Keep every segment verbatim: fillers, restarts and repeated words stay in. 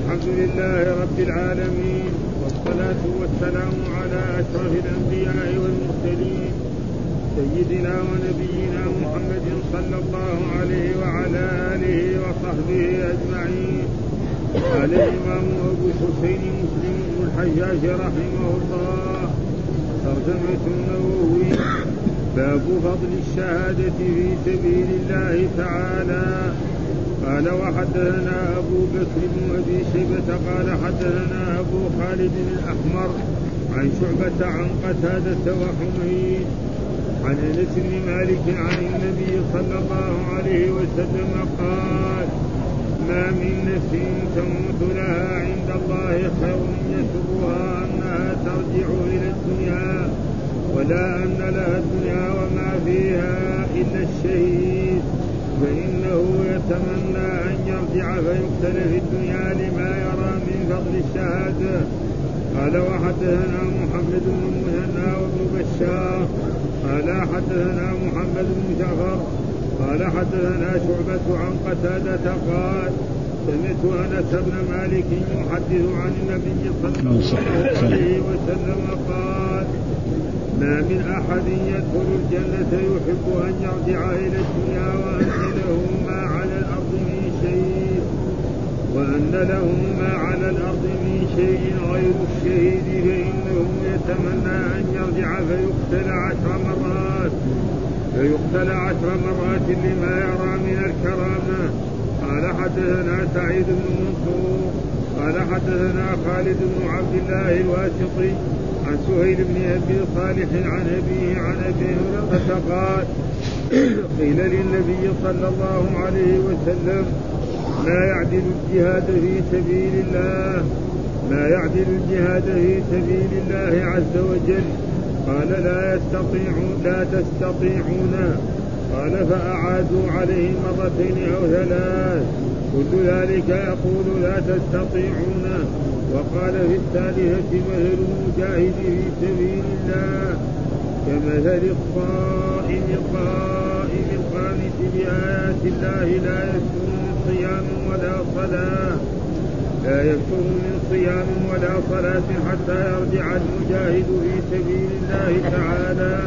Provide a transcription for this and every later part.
الحمد لله رب العالمين، والصلاة والسلام على أشرف الأنبياء والمرسلين سيدنا ونبينا محمد صلى الله عليه وعلى آله وصحبه أجمعين. قال الإمام أبو الحسين مسلم بن الحجاج رحمه الله: ترجمة النووي: باب فضل الشهادة في سبيل الله تعالى. قال: وحدثنا أبو بكر بن أبي شيبة قال حدثنا أبو خالد الأحمر عن شعبة عن قتادة وحميد عن أنس بن مالك عن النبي صلى الله عليه وسلم قال: ما من نفس تموت لها عند الله خير يسرها أنها ترجع إلى الدنيا، ولا أن لها الدنيا وما فيها إلا الشهيد، فإنه يتمنى أن يرجع فيقتل في الدنيا لما يرى من فضل الشهادة. قال: وحدثنا محمد بن المثنى وابن بشار قال حدثنا محمد بن جعفر قال حدثنا شعبة عن قتادة قال: سمعت أنس بن مالك يحدث عن النبي صلى الله عليه وسلم قال: ما من أحد يدخل الجنة يحب أن يرجع إلى الدنيا وأن له ما على الأرض من شيء وأن له ما على الأرض من شيء غير الشهيد، فإنه يتمنى أن يرجع فيقتل عشر مرات فيقتل عشر مرات لما يرى من الكرامة. قال: حدثنا سعيد بن منصور قال حدثنا خالد بن عبد الله الواسطي عن سهيل بن أبي صالح عن أبيه عن أبي هريرة قال: قيل للنبي صلى الله عليه وسلم: ما يعدل الجهاد في سبيل الله ما يعدل الجهاد في سبيل الله عز وجل؟ قال: لا يستطيعون لا تستطيعون. قال: فأعادوا عليه مرتين أو ثلاث كل ذلك يقول لا تستطيعون. وقال في الثالثة: مثل المجاهد في سبيل الله كمثل الصائم القائم القانت بآيات الله لا يفتر من صيام ولا صلاة لا يفتر من صيام ولا صلاة حتى يرجع المجاهد في سبيل الله تعالى.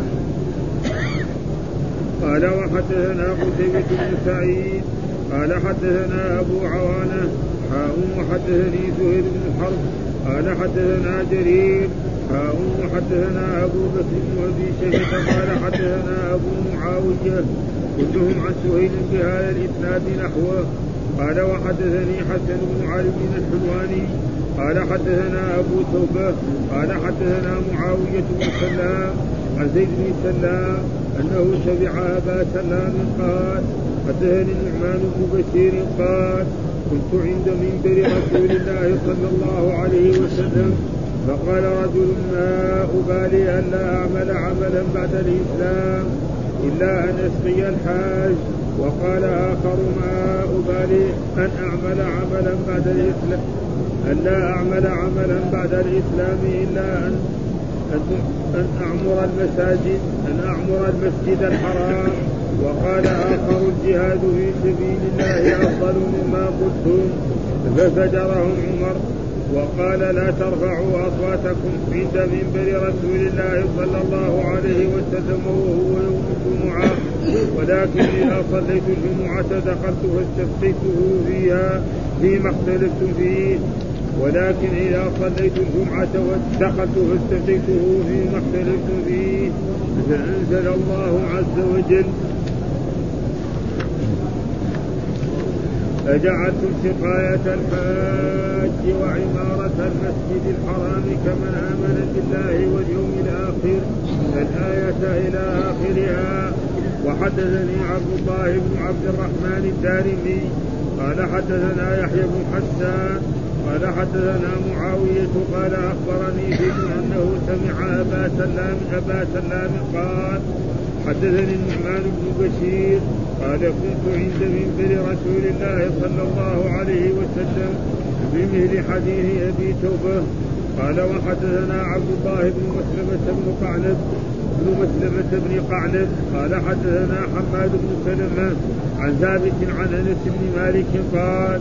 قال: وحدثنا قتيبة بن سعيد قال حدثنا أبو عوانة حاء وحدثني زهير بن الحرب قال حدثنا جرير حاء وحدثنا أبو بكر بن أبي شيبة قال حدثنا أبو معاوية كلهم عن سهيل بهذا الإسناد نحوه. قال: وحدثني حسن بن علي بن الحلواني قال حدثنا أبو توبة قال حدثنا معاوية بن سلام عن زيد بن سلام أنه سمع أبا سلام قال: حدثني النعمان بن بشير قال: كنت عند منبر رسول الله صلى الله عليه وسلم فقال رجل: ما أبالي أن لا أعمل عملا بعد الإسلام إلا أن أسقي الحاج. وقال آخر: ما أبالي أن أعمل عملا بعد الإسلام أن لا أعمل عملا بعد الإسلام إلا أن أن أعمر المساجد أن أعمر المسجد الحرام. وقال آخر: الجهاد في سبيل الله أفضل مما قلتم. فزجرهم عمر وقال: لا ترفعوا أصواتكم عند منبر رسول الله صلى الله عليه وسلم وهو يوم الجمعة، ولكن إذا صليت الجمعة دخلت فاستفتيته فيها فيما اختلفتم فيه ولكن إذا صليت الجمعة دخلت فاستفتيته فيما اختلفتم فيه. فأنزل الله عز وجل: أجعلتم سقاية الحاج وعمارة المسجد الحرام كمن آمن بالله واليوم الآخر الآية إلى آخرها. وحدثني عبد الله بن عبد الرحمن الدارمي قال حدثنا يحيى بن حسان قال حدثنا معاوية قال أخبرني به أنه سمع أبا سلام أبا سلام قال: حدثني النعمان بن بشير قال: كنت عند منبر رسول الله صلى الله عليه وسلم بمثل حديث أبي توبة. قال: وحدثنا عبد الله بن مسلمة بن قعنب بن مسلمة بن قعنب قال حدثنا حماد بن سلمة عن ثابت عن أنس بن مالك قال: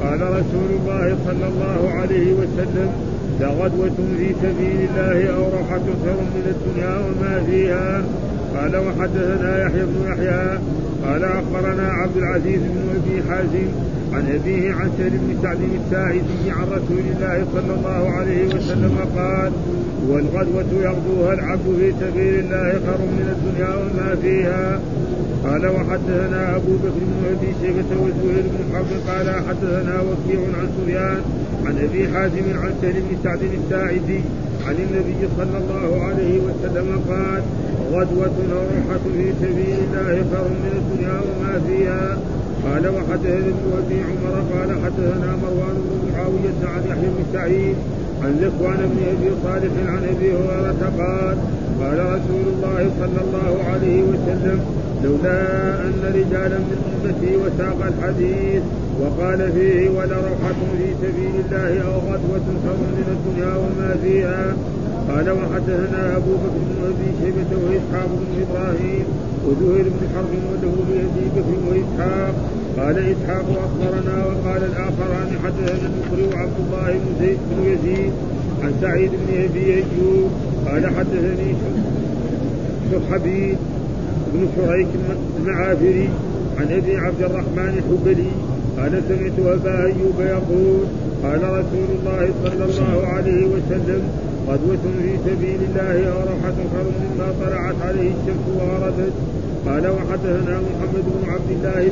قال رسول الله صلى الله عليه وسلم لغدوة في سبيل الله أو روحة خير من الدنيا وما فيها. قال وحدثنا يحيى بن يحيى قال أخبرنا عبد العزيز بن أبي حازم عن أبيه عن سهل بن سعد الساعدي عن رسول الله صلى الله عليه وسلم قال والغدوة يغدوها العبد في سبيل الله خير من الدنيا وما فيها. قال وحدثنا أبو بكر بن أبي شيبة وزهير بن حرب قال حدثنا وكيع عن سفيان عن أبي حازم عن سهل بن سعد الساعدي عن النبي صلى الله عليه وسلم قال غدوة أو روحة في سبيل الله خير من الدنيا وما فيها. قال وحدثنا ابن أبي عمر قال حدثنا مروان بن معاوية عن يحيى بن سعيد عن ذكوان بن أبي صالح عن أبي هريرة قال قال رسول الله صلى الله عليه وسلم لولا أن رجالا من أمتي وساق الحديث وقال فيه ولروحة في سبيل الله أو غدوة خير من الدنيا وما فيها. قال وحدثنا أبو بكر بن أبي شيبة وإسحاق بن إبراهيم وزهير بن حرب وله بأبي بكر وإسحاق قال إسحاق أخبرنا وقال الآخران حدثنا المقري عبد الله بن زيد بن يزيد عن سعيد بن أبي أيوب قال حدثني شرحبيل بن شريك المعافري عن أبي عبد الرحمن الحبلي قال سمعت أبا أيوب يقول قال رسول الله صلى الله عليه وسلم غدوة في سبيل الله أو روحة خير مما طلعت عليه الشمس وغربت. قال وحدثنا محمد بن عبد الله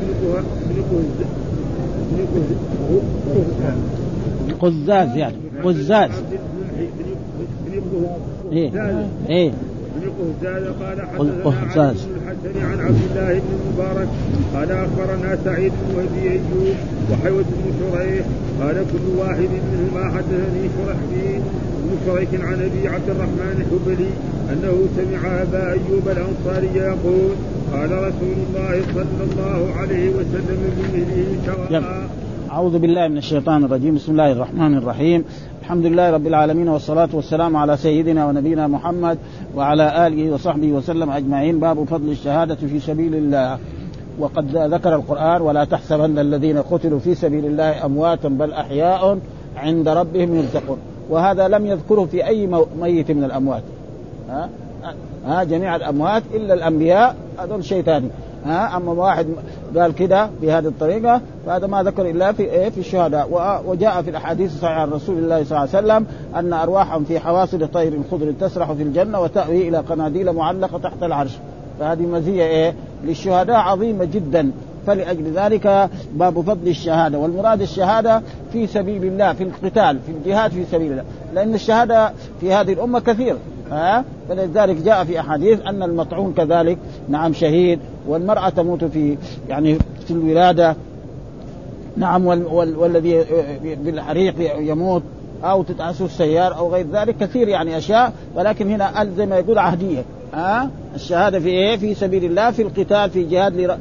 بن قزاز يعني قزاز ايه ايه قال حدثنا عن الحسن عن عبد الله بن المبارك قال أخبرنا سعيد بن أبي أيوب وحيوة بن شريح قال كل واحد منهما حدثني شرحبيل بن شريك عن أبي عبد الرحمن الحبلي أنه سمع أبا أيوب الأنصاري يقول قال رسول الله صلى الله عليه وسلم بمثله سواء. أعوذ بالله من الشيطان الرجيم. بسم الله الرحمن الرحيم. الحمد لله رب العالمين والصلاة والسلام على سيدنا ونبينا محمد وعلى آله وصحبه وسلم أجمعين. باب فضل الشهادة في سبيل الله. وقد ذكر القرآن ولا تحسبن الذين قتلوا في سبيل الله أمواتا بل أحياء عند ربهم يرزقون. وهذا لم يذكره في أي ميت من الأموات ها؟ ها جميع الأموات إلا الأنبياء هذول شيء ثاني. ها أما واحد قال كده بهذه الطريقة فهذا ما ذكر إلا في إيه في الشهداء. وجاء في الأحاديث الصحيحة عن رسول الله صلى الله عليه وسلم أن أرواحهم في حواصل طير خضر تسرح في الجنة وتأوي إلى قناديل معلقة تحت العرش. فهذه مزية إيه للشهداء عظيمة جدا. فلأجل ذلك باب فضل الشهادة. والمراد الشهادة في سبيل الله في القتال في الجهاد في سبيل الله لأن الشهادة في هذه الأمة كثير. ها فلذلك جاء في أحاديث أن المطعون كذلك نعم شهيد والمرأة تموت في يعني في الولادة نعم وال وال والذي بالحريق يموت أو تتعسر السيار أو غير ذلك كثير يعني أشياء. ولكن هنا زي ما يقول عهدية. ها الشهادة في إيه في سبيل الله في القتال في جهاد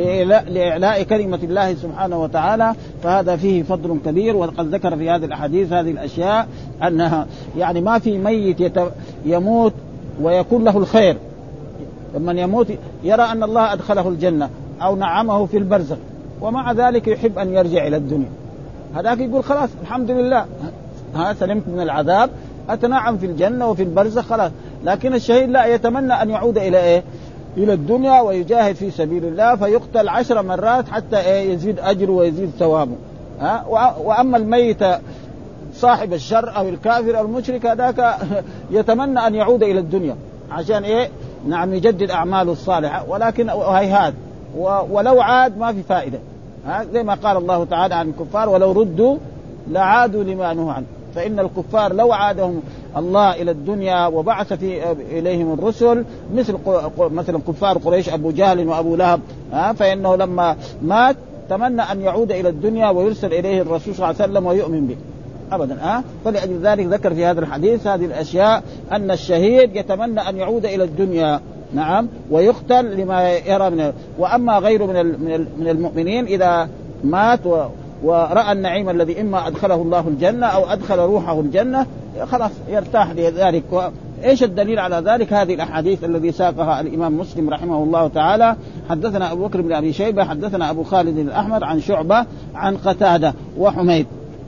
لإعلاء كلمة الله سبحانه وتعالى. فهذا فيه فضل كبير. وقد ذكر في هذه الأحاديث هذه الأشياء أنها يعني ما في ميت يموت ويكون له الخير لما يموت يرى أن الله أدخله الجنة أو نعمه في البرزخ ومع ذلك يحب أن يرجع إلى الدنيا. هذاك يقول خلاص الحمد لله ها سلمت من العذاب أتنعم في الجنة وفي البرزخ خلاص. لكن الشهيد لا يتمنى أن يعود إلى إيه إلى الدنيا ويجاهد في سبيل الله فيقتل عشر مرات حتى إيه يزيد أجره ويزيد ثوابه. ها وأما الميت صاحب الشر أو الكافر أو المشرك هذاك يتمنى أن يعود إلى الدنيا عشان إيه نعم يجدد أعماله الصالحة. ولكن هيهات ولو عاد ما في فائدة. ها زي ما قال الله تعالى عن الكفار ولو ردوا لعادوا لما نهوا عنه. فإن الكفار لو عادهم الله إلى الدنيا وبعث في إليهم الرسل مثل مثلا كفار قريش أبو جهل وأبو لهب ها فإنه لما مات تمنى أن يعود إلى الدنيا ويرسل إليه الرسول صلى الله عليه وسلم ويؤمن به أبدا. ها فلأجل ذلك ذكر في هذا الحديث هذه الأشياء أن الشهيد يتمنى أن يعود إلى الدنيا نعم ويقتل لما يرى من. وأما غيره من من المؤمنين إذا مات و ورأى النعيم الذي إما أدخله الله الجنة أو أدخل روحه الجنة خلاص يرتاح لذلك إيش الدليل على ذلك؟ هذه الأحاديث الذي ساقها الإمام مسلم رحمه الله تعالى. حدثنا أبو بكر بن أبي شيبة حدثنا أبو خالد الأحمر عن شعبة عن قتادة وحميد.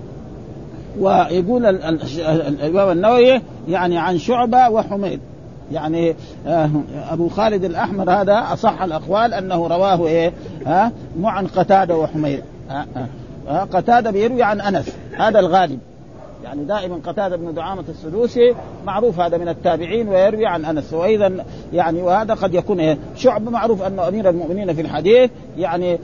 ويقول الإمام النووي يعني عن شعبة وحميد، يعني أبو خالد الأحمر هذا أصح الأقوال أنه رواه إيه ها مو عن قتادة وحميد. قتادة بيروي عن أنس، هذا الغالب، يعني دائما قتادة بن دعامة السدوسي معروف هذا من التابعين ويروي عن أنس. وأيضا يعني وهذا قد يكون إيه شعب معروف أنه أمير المؤمنين في الحديث، يعني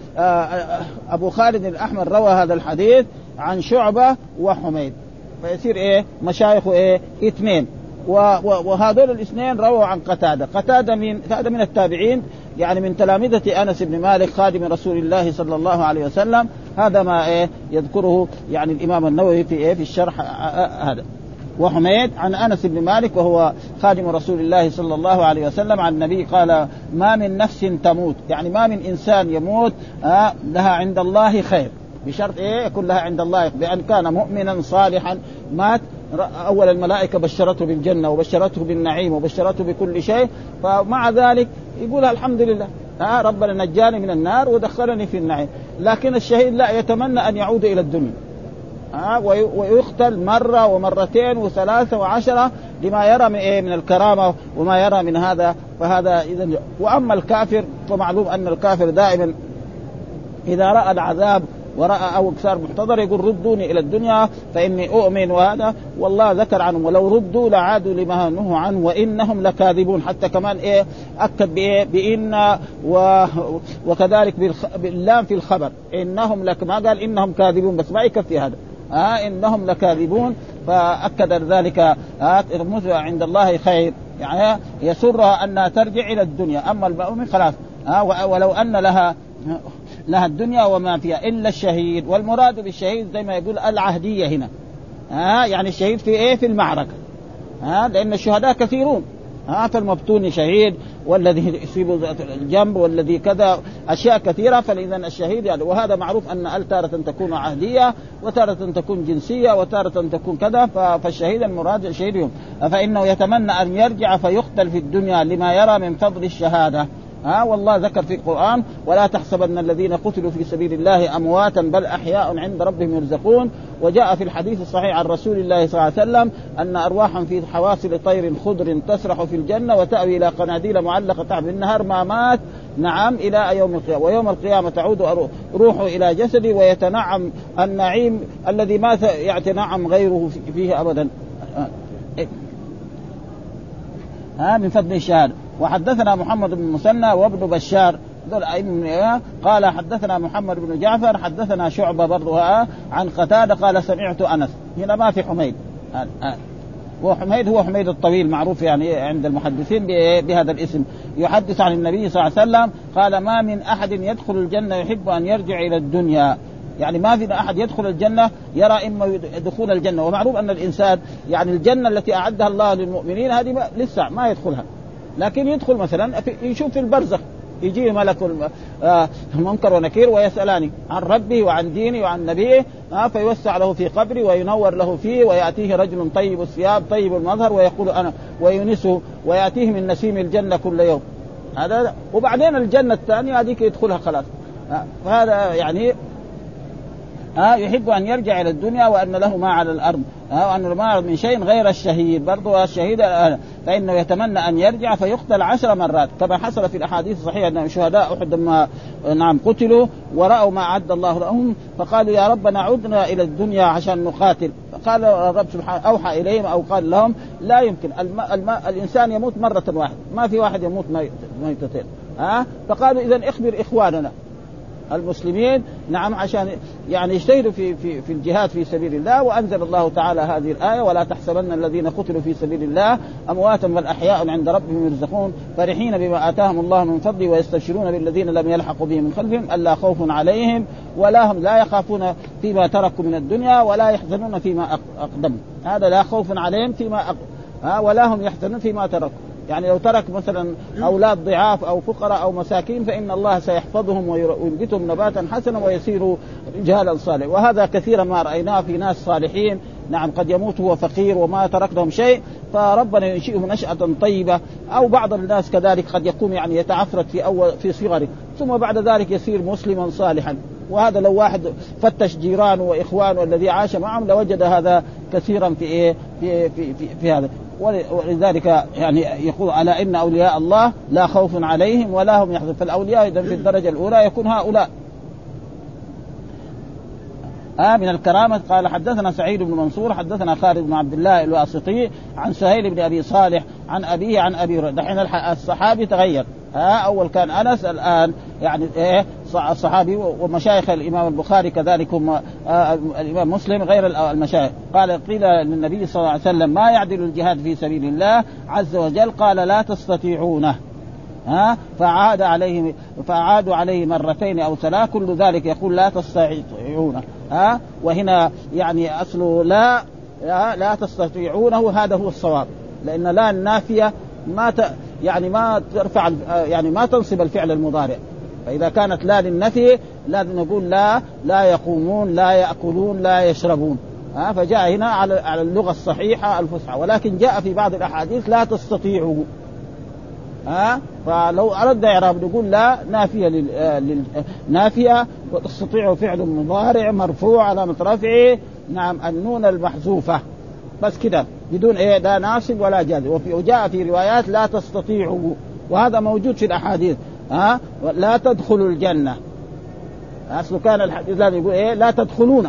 أبو خالد الأحمر روى هذا الحديث عن شعبة وحميد، فيصير إيه مشايخه إيه اثنين. وهذول الاثنين رووا عن قتادة. قتادة من هذا من التابعين، يعني من تلامذة أنس بن مالك خادم رسول الله صلى الله عليه وسلم. هذا ما إيه يذكره يعني الإمام النووي في إيه في الشرح هذا. وحميد عن أنس بن مالك وهو خادم رسول الله صلى الله عليه وسلم عن النبي قال ما من نفس تموت، يعني ما من إنسان يموت آه لها عند الله خير، بشرط إيه يكون لها عند الله بأن كان مؤمنا صالحا مات. أول الملائكة بشرته بالجنة وبشرته بالنعيم وبشرته بكل شيء، فمع ذلك يقول الحمد لله آه ربنا نجاني من النار ودخلني في النعيم. لكن الشهيد لا يتمنى أن يعود إلى الدنيا آه ويقتل مرة ومرتين وثلاثة وعشرة لما يرى من, إيه من الكرامة وما يرى من هذا. فهذا إذن. وأما الكافر فمعلوم أن الكافر دائما إذا رأى العذاب ورأى أو صار محتضر يقول ردوني إلى الدنيا فإني أؤمن. وهذا والله ذكر عنهم ولو ردوا لعادوا لما نهوا عنه وإنهم لكاذبون. حتى كمان إيه أكد بإيه بإن و... وكذلك باللام في الخبر إنهم لك، ما قال إنهم كاذبون بس ما يكفي هذا آه إنهم لكاذبون. فأكد ذلك آه عند الله خير، يعني يسرها أنها ترجع إلى الدنيا. أما المؤمن خلاص آه ولو أن لها لها الدنيا وما فيها إلا الشهيد. والمراد بالشهيد زي ما يقول العهدية هنا ها آه يعني الشهيد في إيه في المعركة ها آه لأن الشهداء كثيرون ها آه فالمبتون شهيد والذي يصيب الجنب والذي كذا أشياء كثيرة. فإذا الشهيد يعني وهذا معروف أن ال تارة تكون عهدية وتارة تكون جنسية وتارة تكون كذا. فالشهيد المراد الشهيد يوم فإنه يتمنى أن يرجع فيقتل في الدنيا لما يرى من فضل الشهادة. ها والله ذكر في القرآن ولا تحسبن الذين قتلوا في سبيل الله أمواتا بل أحياء عند ربهم يرزقون. وجاء في الحديث الصحيح عن رسول الله صلى الله عليه وسلم أن أرواحا في حواصل طير خضر تسرح في الجنة وتأوي إلى قناديل معلقة تحت النهر ما مات نعم إلى يوم القيامة. ويوم القيامة تعود روحه إلى جسده ويتنعم النعيم الذي ما يتنعم غيره فيه أبدا ها من فضل الشهادة. وحدثنا محمد بن مسنى وابن بشار قال حدثنا محمد بن جعفر حدثنا شعبة برضو عن قتادة قال سمعت أنس. هنا ما في حميد، وحميد هو حميد الطويل معروف يعني عند المحدثين بهذا الاسم، يحدث عن النبي صلى الله عليه وسلم قال ما من أحد يدخل الجنة يحب أن يرجع إلى الدنيا. يعني ما في أحد يدخل الجنة يرى إما دخول الجنة. ومعروف أن الإنسان يعني الجنة التي أعدها الله للمؤمنين هذه لسه ما يدخلها، لكن يدخل مثلا يشوف في البرزخ يجي ملك المنكر ونكير ويسألاني عن ربه وعن دينه وعن نبيه فيوسع له في قبره وينور له فيه ويأتيه رجل طيب الثياب طيب المظهر ويقول أنا ويونسه ويأتيه من نسيم الجنة كل يوم. هذا وبعدين الجنة الثانية هذيك يدخلها خلاص. فهذا يعني ها يحب أن يرجع إلى الدنيا وأن له ما على الأرض وأن ما من شيء غير الشهيد. برضو الشهيد فإنه يتمنى أن يرجع فيقتل عشر مرات كما حصل في الأحاديث الصحيحة أن شهداء أحد لما نعم قتلوا ورأوا ما أعد الله لهم فقالوا يا ربنا عدنا إلى الدنيا عشان نقاتل. فقال الرب سبحانه أوحى إليهم أو قال لهم لا يمكن الم... الم... الإنسان يموت مرة واحدة، ما في واحد يموت ميتتين. ها فقالوا إذن اخبر إخواننا المسلمين نعم عشان يعني يجتهدوا في في في الجهاد في سبيل الله. وأنزل الله تعالى هذه الآية ولا تحسبن الذين قتلوا في سبيل الله أمواتا بل أحياء عند ربهم يرزقون فرحين بما آتاهم الله من فضله ويستبشرون بالذين لم يلحقوا بهم من خلفهم ألا خوف عليهم ولا هم لا يخافون فيما تركوا من الدنيا ولا يحزنون فيما أقدموا. هذا لا خوف عليهم فيما أقدموا ولا هم يحزنون فيما تركوا. يعني لو ترك مثلا أولاد ضعاف أو فقراء أو مساكين فإن الله سيحفظهم وينبتهم نباتا حسنا ويصيروا رجالا صالحين. وهذا كثيرا ما رأيناه في ناس صالحين نعم قد يموت هو فقير وما ترك لهم شيء، فربنا ينشئه نشأة طيبة. أو بعض الناس كذلك قد يكون يعني يتعفرت في أول في صغره ثم بعد ذلك يصير مسلما صالحا، وهذا لو واحد فتش جيرانه وإخوانه الذي عاش معهم لوجد هذا كثيرا في إيه في في في, في هذا. ولذلك يعني يقول ألا إن أولياء الله لا خوف عليهم ولا هم يحزنون. فالأولياء إذا في الدرجة الأولى يكون هؤلاء آه من الكرامة. قال حدثنا سعيد بن منصور حدثنا خالد بن عبد الله الواسطي عن سهيل بن أبي صالح عن أبيه عن أبي هريرة. دحين الصحابي تغير، آه أول كان أنس، الآن يعني إيه الصحابي. ومشايخ الإمام البخاري كذلك هم آه الإمام مسلم غير المشايخ. قال قيل للنبي صلى الله عليه وسلم ما يعدل الجهاد في سبيل الله عز وجل؟ قال لا تستطيعونه. ها فعاد عليه فعادوا عليه مرتين أو ثلاث، كل ذلك يقول لا تستطيعونه. ها وهنا يعني أصله لا لا, لا تستطيعونه، هذا هو الصواب، لأن لا النافية ما ت يعني ما ترفع يعني ما تنصب الفعل المضارع. فإذا كانت لا للنفي لازم نقول لا لا يقومون لا يأكلون لا يشربون. ها فجاء هنا على على اللغة الصحيحة الفصحى، ولكن جاء في بعض الأحاديث لا تستطيعوا. ها فلو أردنا إعراب نقول لا نافية لل نافية، وتستطيع فعل مضارع مرفوع على رفعه نعم النون المحذوفة بس كده بدون إيه لا ناصب ولا جازم. وفي جاء في روايات لا تستطيعوا، وهذا موجود في الأحاديث. ها لا تدخلوا الجنة، أصله كان الحديث لا يقول إيه لا تدخلون،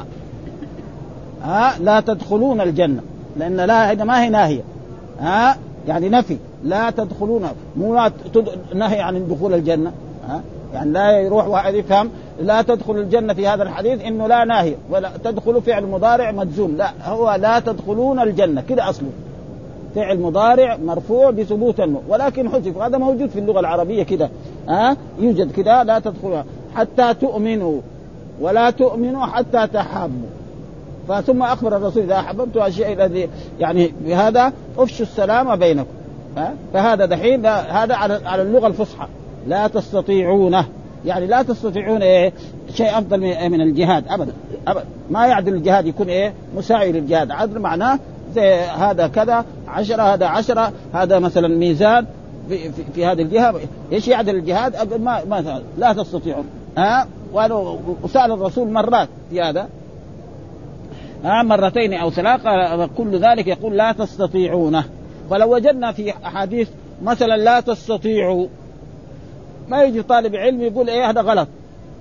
ها لا تدخلون الجنة، لأن لا هنا ما هي ناهية، ها يعني نفي لا تدخلون، مو لا نهي عن دخول الجنة. ها يعني لا يروح واحد يفهم لا تدخل الجنة في هذا الحديث إنه لا ناهي ولا تدخلوا فعل مضارع مجزوم، لا هو لا تدخلون الجنة كده أصله فعل مضارع مرفوع بثبوت النون، ولكن حذف. هذا موجود في اللغة العربية كده، ها يوجد كده لا تدخلوا حتى تؤمنوا ولا تؤمنوا حتى تحابوا. فثم أخبر الرسول إذا أحببتوا الشيء الذي يعني بهذا أفشوا السلام بينكم. ها فهذا دحين هذا على على اللغة الفصحى لا تستطيعونه، يعني لا تستطيعون إيه شيء أفضل من الجهاد أبدا أبدا. ما يعدل الجهاد يكون إيه مساوي للجهاد، عدل معناه زي هذا كذا عشرة هذا عشرة، هذا مثلا ميزان في, في, في هذه الجهة. إيش يعدل الجهاد؟ أقول ما ما لا تستطيعون. ها ولو وسأل الرسول مرات في هذا ها مرتين أو ثلاث كل ذلك يقول لا تستطيعونه. ولو وجدنا في أحاديث مثلا لا تستطيعوا ما يجي طالب علم يقول إيه هذا غلط،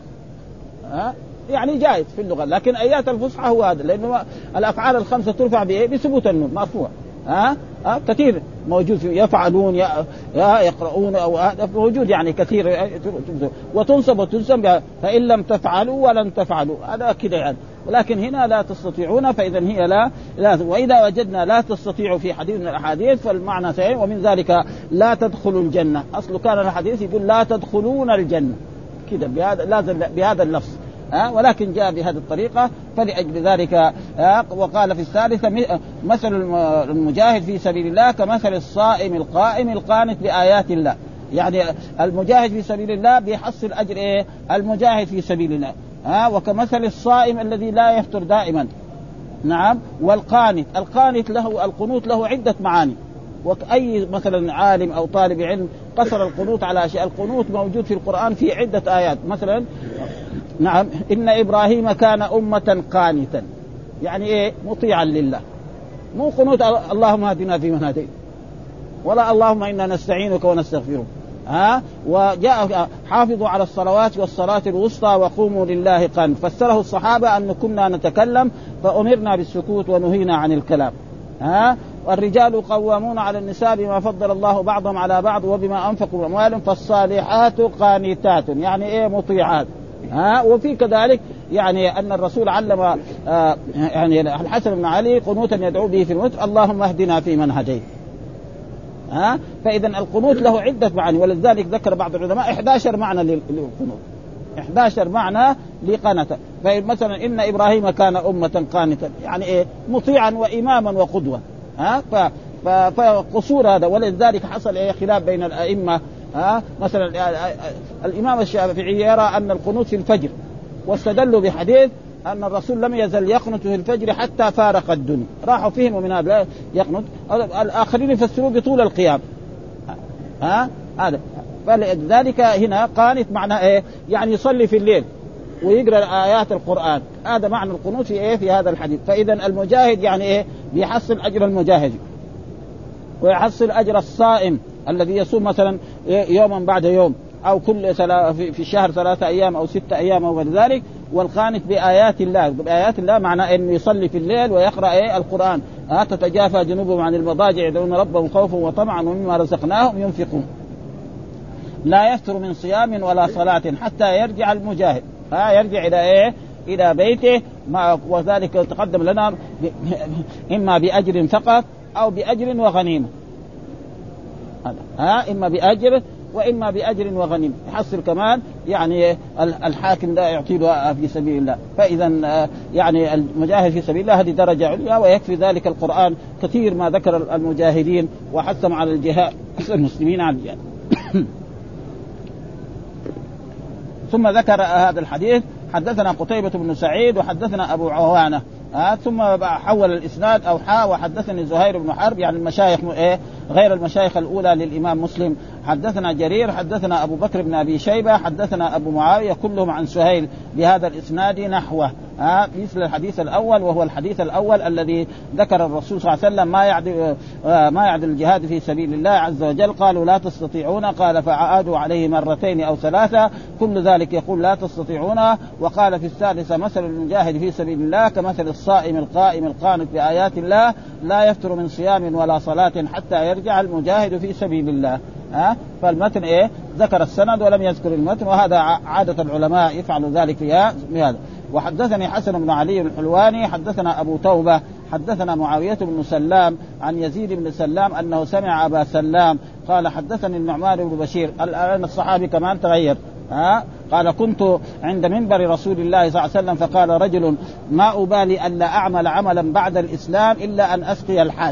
ها يعني جائز في اللغة، لكن آيات الفصحى هو هذا، لأنه الأفعال الخمسة ترفع بإيه بثبوت النون مرفوع. ها ها كثير موجود في يفعلون يا يقرؤون أو هذا موجود يعني كثير، وتنصب وتنصب فإن لم تفعلوا ولن تفعلوا هذا كده يعني. ولكن هنا لا تستطيعون، فإذا هي لا لا. وإذا وجدنا لا تستطيعوا في حديث من الأحاديث فالمعنى سيء. ومن ذلك لا تدخلوا الجنة، أصل كان الحديث يقول لا تدخلون الجنة كده بهذا لازم بهذا اللفظ، ها ولكن جاء بهذه الطريقة فلأجل ذلك. وقال في الثالثة مثل المجاهد في سبيل الله كمثل الصائم القائم القانت لآيات الله، يعني المجاهد في سبيل الله بيحصل أجر إيه المجاهد في سبيل الله. ها وكمثل الصائم الذي لا يفطر دائما. نعم والقانت، القانت له القنوت له عدة معاني، وأي مثلا عالم أو طالب علم قصر القنوت على أشياء. القنوت موجود في القرآن في عدة آيات، مثلا نعم إن إبراهيم كان أمة قانتا، يعني إيه مطيعا لله، مو قنوت اللهم اهدنا فيمن هديت ولا اللهم إنا نستعينك ونستغفرك. ها وجاء حافظوا على الصلوات والصلاة الوسطى وقوموا لله قانت. فسره الصحابة أن كنا نتكلم فأمرنا بالسكوت ونهينا عن الكلام. ها والرجال قوامون على النساء بما فضل الله بعضهم على بعض وبما أنفقوا أموالهم فالصالحات قانتات، يعني إيه مطيعات. ها وفي كذلك يعني أن الرسول علم آه يعني الحسن بن علي قنوتا يدعو به في الموت اللهم اهدنا في من هديت. ها فإذا القنوت له عدة معاني، ولذلك ذكر بعض العلماء إحدى عشر معنى للقنوت، إحدى عشر معنى لقنته. فمثلا إن إبراهيم كان أمة قانتا، يعني إيه مطيعا وإماما وقدوة. ها فقصور هذا، ولذلك حصل إيه خلاف بين الأئمة. ها مثلا الإمام الشافعي يرى أن القنوت في الفجر، واستدلوا بحديث أن الرسول لم يزل يقنط في الفجر حتى فارق الدنيا. راحوا فيهم ومن هذا يقنط، الآخرين يفسروا بطول القيام. ها هذا فلذلك هنا قانت معنى إيه؟ يعني يصلي في الليل ويقرأ آيات القرآن، هذا معنى القنوت في إيه في هذا الحديث. فإذا المجاهد يعني إيه؟ بيحصل أجر المجاهد ويحصل أجر الصائم الذي يصوم مثلا يوما بعد يوم أو كل في الشهر ثلاثة أيام أو ستة أيام أو غير ذلك. والقانت بآيات الله، بآيات الله معناه إنه يصلي في الليل ويقرأ إيه القرآن. ها تتجافى جنوبهم عن المضاجع يدعون ربهم خوفا وطمعا ومما رزقناهم ينفقون. لا يفتر من صيام ولا صلاة حتى يرجع المجاهد، ها يرجع إلى إيه؟ إلى بيته، وذلك تقدم لنا إما بأجر فقط أو بأجر وغنيمة. ها إما بأجر وإما بأجر وغنيمة. يحصل كمان يعني الحاكم لا يعطيه في سبيل الله. فإذا يعني المجاهد في سبيل الله هذه درجة عليا، ويكفي ذلك القرآن كثير ما ذكر المجاهدين وحثم على الجهاد المسلمين على الجهاد. ثم ذكر هذا الحديث حدثنا قتيبة بن سعيد وحدثنا أبو عوانة، آه ثم حول الإسناد أو حا وحدثني زهير بن حرب، يعني المشايخ إيه غير المشايخ الأولى للإمام مسلم. حدثنا جرير حدثنا أبو بكر بن أبي شيبة حدثنا أبو معاوية كلهم عن سهيل بهذا الإسناد نحوه، آه مثل الحديث الأول، وهو الحديث الأول الذي ذكر الرسول صلى الله عليه وسلم ما يعدل آه ما يعدل الجهاد في سبيل الله عز وجل. قالوا لا تستطيعون، قال فعادوا عليه مرتين أو ثلاثة، كل ذلك يقول لا تستطيعون. وقال في الثالثة مثل المجاهد في سبيل الله كمثل الصائم القائم القانت بآيات الله لا يفتر من صيام ولا صلاة حتى يرجع المجاهد في سبيل الله. ها فالمتن ايه ذكر السند ولم يذكر المتن، وهذا عادة العلماء يفعل ذلك في هذا. وحدثني حسن بن علي الحلواني حدثنا أبو توبة حدثنا معاوية بن سلام عن يزيد بن سلام أنه سمع أبا سلام قال حدثني النعمان بن بشير. الآن الصحابي كمان تغير، ها قال كنت عند منبر رسول الله صلى الله عليه وسلم فقال رجل ما أبالي ألا أعمل عملا بعد الإسلام إلا أن أسقي الحاج.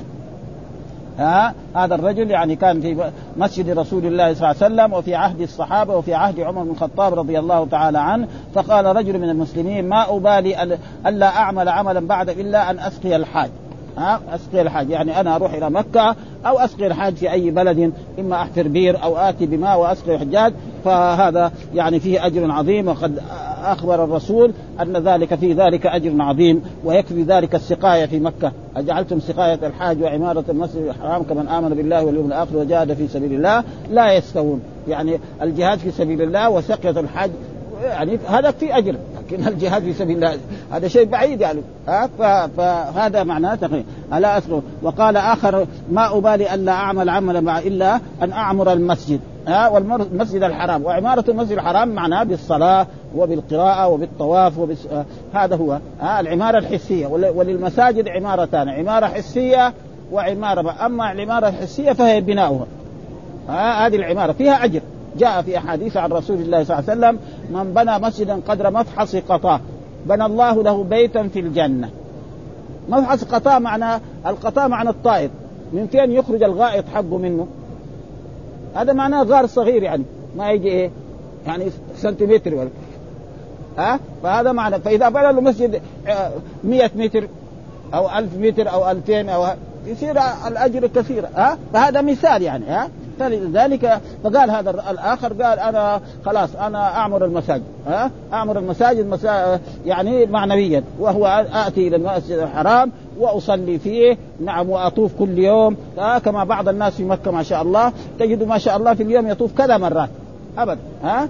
ها هذا الرجل يعني كان في مسجد رسول الله صلى الله عليه وسلم وفي عهد الصحابة وفي عهد عمر بن الخطاب رضي الله تعالى عنه. فقال رجل من المسلمين ما أبالي ألا أعمل عملا بعد إلا أن أسقي الحاج. ها أسقي الحاج يعني أنا أروح إلى مكة أو أسقي الحاج في أي بلد، إما أحفر بير أو آتي بماء وأسقي الحجاج، فهذا يعني فيه أجر عظيم. وقد أخبر الرسول أن ذلك في ذلك أجر عظيم، ويكفي ذلك السقاية في مكة. أجعلتم سقاية الحاج وعمارة المسجد الحرام كمن آمن بالله واليوم الآخر وجاهد في سبيل الله لا يستوون. يعني الجهاد في سبيل الله وسقية الحج يعني هذا في أجر، لكن الجهاد في سبيل الله هذا شيء بعيد يعني. ها فهذا معناه تقريبا ألا أسلو. وقال آخر ما أبالي ألا أعمل عملا إلا أن أعمر المسجد، ها والمسجد الحرام. وعمارة المسجد الحرام معناه بالصلاة وبالقراءة وبالطواف وبس... هذا هو ها العمارة الحسية. وللمساجد عمارتان، عمارة حسية وعمارة. أما العمارة الحسية فهي بناؤها، ها هذه العمارة فيها أجر. جاء في أحاديث عن رسول الله صلى الله عليه وسلم من بنى مسجدا قدر مفحص قطاه بنى الله له بيتا في الجنة. مفحص قطاه معنى القطاه معنى الطائر، من فين يخرج الغائط حقه منه، هذا معناه غار صغير يعني ما يجي ايه يعني سنتيمتر ولا ها فهذا معنى. فإذا بنى له مسجد مئة متر أو ألف متر أو ألفين أو يصير الأجر كثير. ها فهذا مثال يعني. ها فلذلك فقال هذا الآخر قال أنا خلاص أنا أعمر المساجد، ها أعمر المساجد مسا... يعني معنويا، وهو آتي إلى المسجد الحرام وأصلي فيه نعم وأطوف كل يوم. ها كما بعض الناس في مكة ما شاء الله تجد ما شاء الله في اليوم يطوف كذا مرات أبدا. ها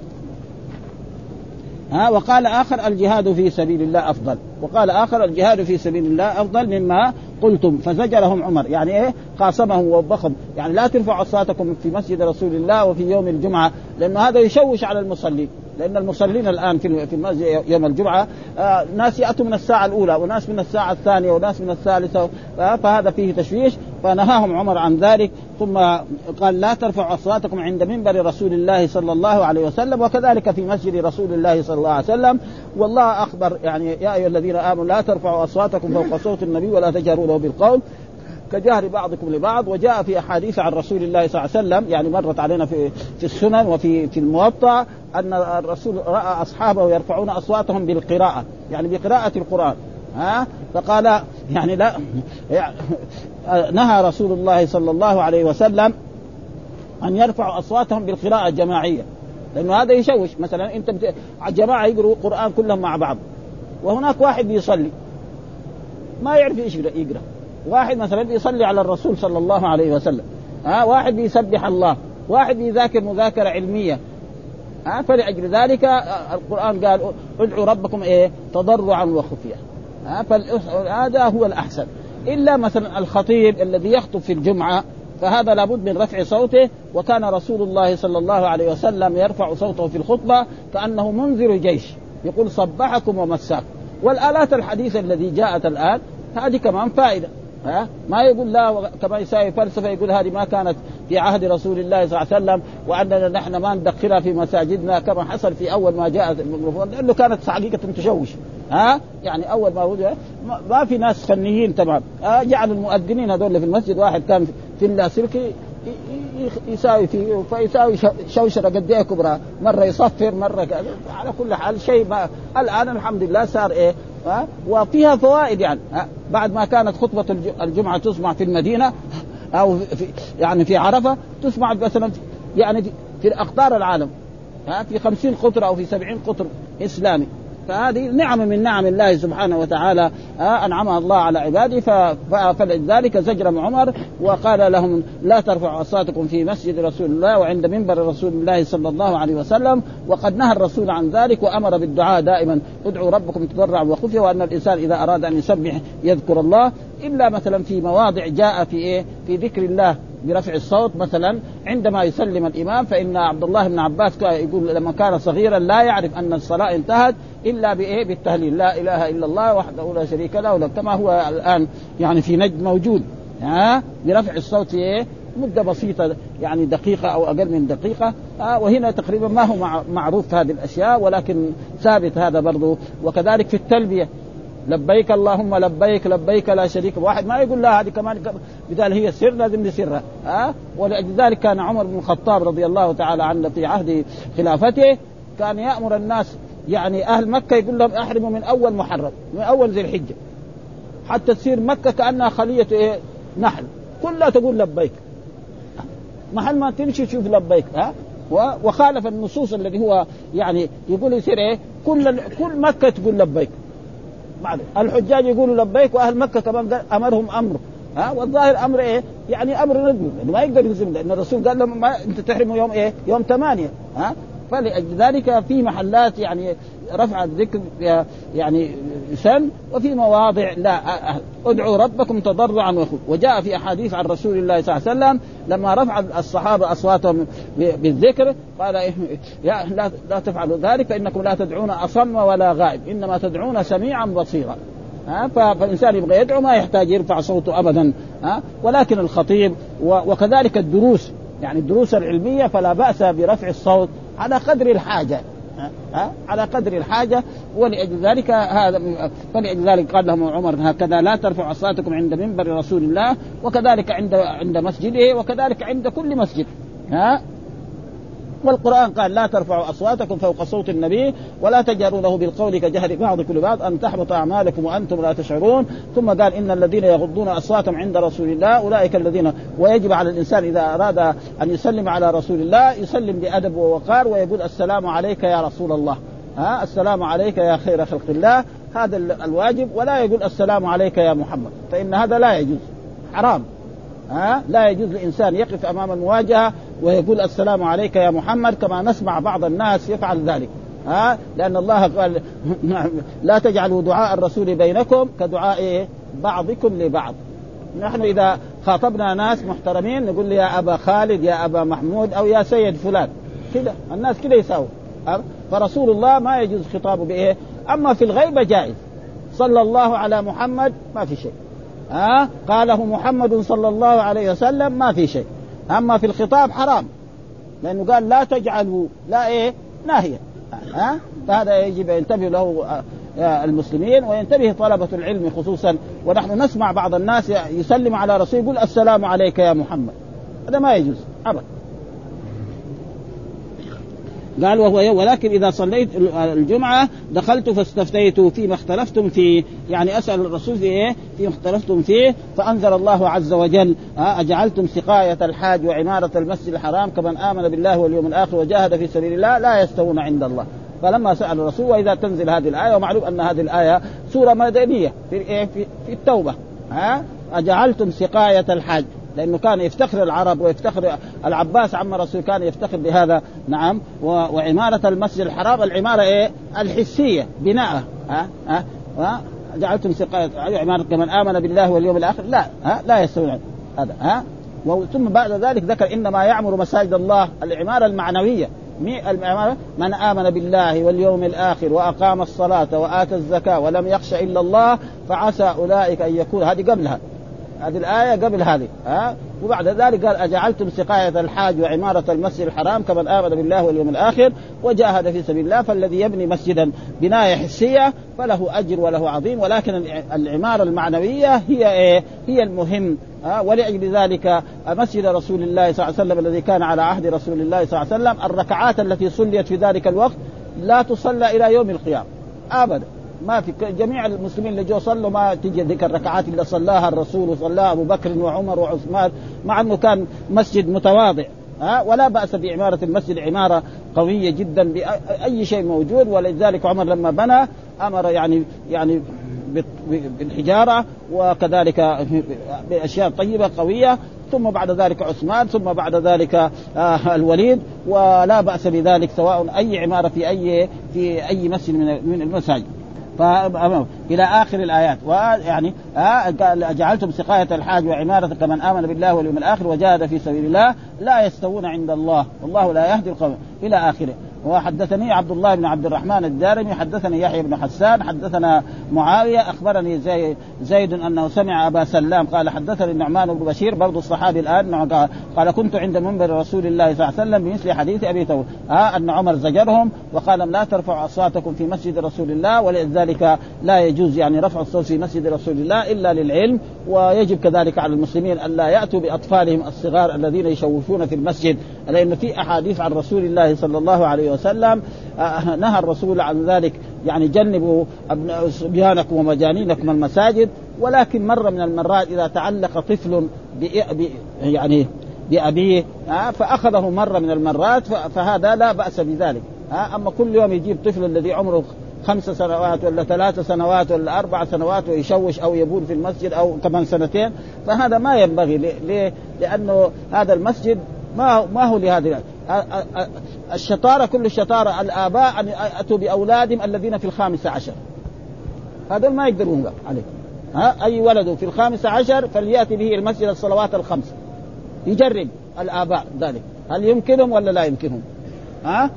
ها وقال آخر الجهاد في سبيل الله أفضل، وقال آخر الجهاد في سبيل الله أفضل مما قلتم. فزجرهم عمر يعني إيه قاصمهم ووبخهم، يعني لا ترفعوا أصواتكم في مسجد رسول الله وفي يوم الجمعة، لأن هذا يشوش على المصلين. لأن المصلين الآن في في المسجد يوم الجمعة آه ناس يأتوا من الساعة الأولى وناس من الساعة الثانية وناس من الثالثة، آه فهذا فيه تشويش. فنهاهم عمر عن ذلك، ثم قال لا ترفعوا أصواتكم عند منبر رسول الله صلى الله عليه وسلم، وكذلك في مسجد رسول الله صلى الله عليه وسلم. والله أخبر يعني يا أيها الذين آمنوا لا ترفعوا أصواتكم فوق صوت النبي ولا تجهروا له بالقول كجهر بعضكم لبعض. وجاء في أحاديث عن رسول الله صلى الله عليه وسلم يعني مرت علينا في في السنن وفي في الموطأ أن الرسول رأى أصحابه يرفعون أصواتهم بالقراءة يعني بقراءة القرآن ها فقال يعني لا يعني نهى رسول الله صلى الله عليه وسلم أن يرفعوا أصواتهم بالقراءة الجماعية لأنه هذا يشوش. مثلا أنت بت... الجماعة يقرأوا القرآن كلهم مع بعض وهناك واحد بيصلي ما يعرف إيش يقرأ، واحد مثلا بيصلي على الرسول صلى الله عليه وسلم ها واحد بيسبح الله، واحد بيذاكر مذاكرة علمية ها فلأجل ذلك القرآن قال ادعوا ربكم إيه تضرعا وخفيا ها فهذا هو الأحسن. إلا مثلا الخطيب الذي يخطب في الجمعة فهذا لابد من رفع صوته. وكان رسول الله صلى الله عليه وسلم يرفع صوته في الخطبة كأنه منذر جيش يقول صبحكم ومساكم. والآلات الحديثة الذي جاءت الآن هذه كمان فائدة ها ما يقول لا كما يساوي فلسفة يقول هذه ما كانت في عهد رسول الله صلى الله عليه وسلم وأننا نحن ما ندخلها في مساجدنا كما حصل في أول ما جاءت الميكروفون لأنه كانت حقيقة تشوش ها يعني أول ما وجد ما في ناس فنيين تمام جعلوا المؤذنين هذول في المسجد واحد كان في اللاسلكي يساوي فيه فيساوي شوشرة قد ايه كبرى مرة يصفر مرة كذا. على كل حال شيء ما الآن الحمد لله صار ايه ها وفيها فوائد يعني ها بعد ما كانت خطبة الجمعة تسمع في المدينة أو في يعني في عرفة تسمع مثلا يعني في أقطار العالم ها في خمسين قطر أو في سبعين قطر إسلامي. فهذه نعمة من نعم الله سبحانه وتعالى أنعمها الله على عباده. فلذلك زجرهم عمر وقال لهم لا ترفعوا أصواتكم في مسجد رسول الله وعند منبر رسول الله صلى الله عليه وسلم. وقد نهى الرسول عن ذلك وأمر بالدعاء دائما ادعوا ربكم تضرعا وخفيا وأن الإنسان إذا أراد أن يسبح يذكر الله إلا مثلا في مواضع جاء في إيه في ذكر الله برفع الصوت مثلا عندما يسلم الإمام. فإن عبد الله بن عباس يقول لما كان صغيرا لا يعرف أن الصلاة انتهت إلا بإيه بالتهليل لا إله إلا الله وحده لا شريك له كما هو الآن يعني في نجد موجود ها برفع الصوت إيه مدة بسيطة يعني دقيقة أو أقل من دقيقة آه وهنا تقريبا ما هو معروف هذه الأشياء ولكن ثابت هذا برضو. وكذلك في التلبية لبيك اللهم لبيك لبيك لا شريك واحد ما يقول لا هذه كمان بدال هي سر لازم نسرها ها. ولذلك كان عمر بن الخطاب رضي الله تعالى عنه في عهد خلافته كان يأمر الناس يعني أهل مكة يقول لهم أحرموا من أول محرم من أول ذي الحجة حتى تصير مكة كأنها خلية إيه نحل كلها تقول لبيك محل ما تمشي تشوف لبيك ها. وخالف النصوص الذي هو يعني يقول يصير إيه كل كل مكة تقول لبيك بعد الحجاج يقولوا لبيك وأهل مكة كمان أمرهم أمر ها. والظاهر أمر إيه يعني أمر ندبي يعني ما يقدر يلزم لأن الرسول قال لهم ما أنت تحرموا يوم إيه يوم ثمانية ها. فلذلك في محلات يعني رفع الذكر يعني سن وفي مواضع لا ادعوا ربكم تضرعا وخفيا. وجاء في أحاديث عن رسول الله صلى الله عليه وسلم لما رفع الصحابة أصواتهم بالذكر قال يا لا, لا تفعلوا ذلك فإنكم لا تدعون أصم ولا غائب إنما تدعون سميعا بصيرا ها. فالإنسان يبغى يدعو ما يحتاج يرفع صوته أبدا ها. ولكن الخطيب وكذلك الدروس يعني الدروس العلمية فلا بأس برفع الصوت على قدر الحاجة ها على قدر الحاجة. ولأجل ذلك هذا فلأجل ذلك قال لهم عمر هكذا لا ترفعوا أصواتكم عند منبر رسول الله وكذلك عند عند مسجده وكذلك عند كل مسجد ها. والقرآن قال لا ترفعوا أصواتكم فوق صوت النبي ولا تجهروا له بالقول كجهر بعضكم لبعض أن تحبط أعمالكم وأنتم لا تشعرون. ثم قال إن الذين يغضون أصواتهم عند رسول الله أولئك الذين. ويجب على الإنسان إذا أراد أن يسلم على رسول الله يسلم بأدب ووقار ويقول السلام عليك يا رسول الله ها السلام عليك يا خير خلق الله هذا الواجب. ولا يقول السلام عليك يا محمد فإن هذا لا يجوز حرام ها. لا يجوز لإنسان يقف أمام المواجهة ويقول السلام عليك يا محمد كما نسمع بعض الناس يفعل ذلك ها. لأن الله قال لا تجعلوا دعاء الرسول بينكم كدعاء بعضكم لبعض. نحن إذا خاطبنا ناس محترمين نقول لي يا أبا خالد يا أبا محمود أو يا سيد فلان كده الناس كده يساووا. فرسول الله ما يجوز خطابه بإيه. أما في الغيبة جائز صلى الله على محمد ما في شيء ها. قاله محمد صلى الله عليه وسلم ما في شيء. أما في الخطاب حرام لأنه قال لا تجعلوا لا إيه ناهية ها. فهذا يجب أن ينتبه له المسلمين، وينتبه طلبة العلم خصوصا. ونحن نسمع بعض الناس يسلم على رسول يقول السلام عليك يا محمد، هذا ما يجوز أبدا. قال وهو يوم ولكن إذا صليت الجمعة دخلت فاستفتيت فيما اختلفتم فيه، يعني أسأل الرسول في إيه فيما اختلفتم فيه. فأنزل الله عز وجل أجعلتم سقاية الحاج وعمارة المسجد الحرام كمن آمن بالله واليوم الآخر وجاهد في سبيل الله لا يستوون عند الله. فلما سأل الرسول وإذا تنزل هذه الآية، ومعلوم أن هذه الآية سورة مدنية في إيه في, في التوبة، ها أجعلتم سقاية الحاج، لأنه كان يفتخر العرب ويفتخر العباس عم رسول كان يفتخر بهذا. نعم. وعمارة المسجد الحرام العمارة إيه الحسية بناء، ها ها, ها؟ جعلتم سقاية عمارة كمن آمن بالله واليوم الآخر لا ها لا يستوون هذا. ها ثم بعد ذلك ذكر إنما يعمر مساجد الله العمارة المعنوية، من آمن بالله واليوم الآخر وأقام الصلاة وآتى الزكاة ولم يخش إلا الله فعسى أولئك أن يكون. هذه قبلها، هذه الآية قبل هذه. ها وبعد ذلك قال أجعلتم سقاية الحاج وعمارة المسجد الحرام كمن آمن بالله واليوم الآخر وجاهد في سبيل الله. فالذي يبني مسجدا بناية حسية فله أجر وله عظيم، ولكن العمارة المعنوية هي إيه هي المهم. ها ولأجل ذلك مسجد رسول الله صلى الله عليه وسلم الذي كان على عهد رسول الله صلى الله عليه وسلم الركعات التي صليت في ذلك الوقت لا تصلى إلى يوم القيامة أبدا. ما في جميع المسلمين اللي جو صلوا ما تجي ذيك الركعات اللي صلاها الرسول وصلاها أبو بكر وعمر وعثمان، مع أنه كان مسجد متواضع. ها ولا بأس بعمارة المسجد عمارة قوية جدا بأي شيء موجود. ولذلك عمر لما بنى أمر يعني يعني بالحجارة وكذلك بأشياء طيبة قوية، ثم بعد ذلك عثمان، ثم بعد ذلك الوليد، ولا بأس بذلك سواء أي عمارة في أي في أي مسجد من المساجد. إلى آخر الآيات. ويعني جعلتم سقاية الحاج وعمارة كمن آمن بالله واليوم الآخر وجاهد في سبيل الله لا يستوون عند الله والله لا يهدي القوم إلى آخره. وحدثني عبد الله بن عبد الرحمن الدارمي حدثني يحيى بن حسان حدثنا معاوية أخبرني زي زيد أنه سمع أبا سلام قال حدثني النعمان بن بشير برضو الصحابي الآن قال كنت عند منبر رسول الله صلى الله عليه وسلم بمثل حديث أبي ثور ها أن عمر زجرهم وقال لا ترفعوا أصواتكم في مسجد رسول الله، ولذلك لا يجوز يعني رفع الصوت في مسجد رسول الله إلا للعلم. ويجب كذلك على المسلمين ألا يأتوا بأطفالهم الصغار الذين يشوفون في المسجد، لأن في أحاديث عن رسول الله صلى الله عليه وسلم نهى الرسول عن ذلك، يعني جنبوا صبيانكم ومجانينكم المساجد. ولكن مرة من المرات إذا تعلق طفل يعني بأبيه فأخذه مرة من المرات فهذا لا بأس بذلك. أما كل يوم يجيب طفل الذي عمره خمس سنوات ولا ثلاث سنوات ولا أربع سنوات ويشوش أو يبول في المسجد أو كمان سنتين فهذا ما ينبغي. ليه؟ لأنه هذا المسجد ما ما هو لهذه الشطارة. كل الشطارة الآباء أن يأتوا بأولادهم الذين في الخامسة عشر، هذا ما يقدرون عليه. ها أي ولد في الخامسة عشر فليأتي به المسجد الصلوات الخمس، يجرب الآباء ذلك هل يمكنهم ولا لا يمكنهم. ها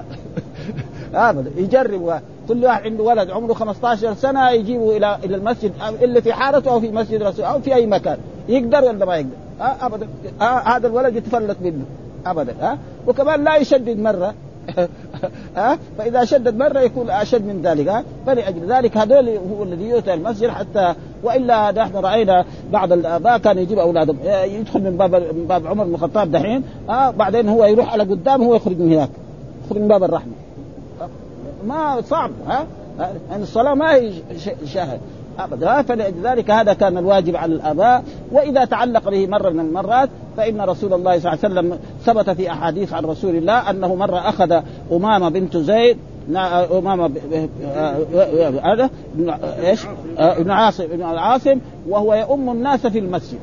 أبدا يجرب. كل واحد عنده ولد عمره خمسة عشر سنة يجيبه إلى إلى المسجد إلا في حارته أو في مسجد رسول أو في أي مكان، يقدر ولا ما يقدر. ها أبدا هذا الولد يتفلت منه أبدا. ها وكمان لا يشدد مرة ها فإذا شدد مرة يكون أشد من ذلك. ها فلأجل ذلك هذول هو الذي يؤتى المسجد. حتى وإلا نحن رأينا بعض الآباء كان يجيب أولادهم يدخل من باب من باب عمر بن الخطاب دحين ها بعدين هو يروح على قدام هو يخرج من هناك، يخرج من باب الرحمة. ما صعب. ها يعني الصلاة ما هي شاهد أبدا. فلذلك هذا كان الواجب على الآباء. وإذا تعلق به مرة من المرات فإن رسول الله صلى الله عليه وسلم ثبت في أحاديث عن رسول الله أنه مرة أخذ أمامة بنت زيد أمامة هذا إيش ابن عاصم ابن العاصم وهو يؤم الناس في المسجد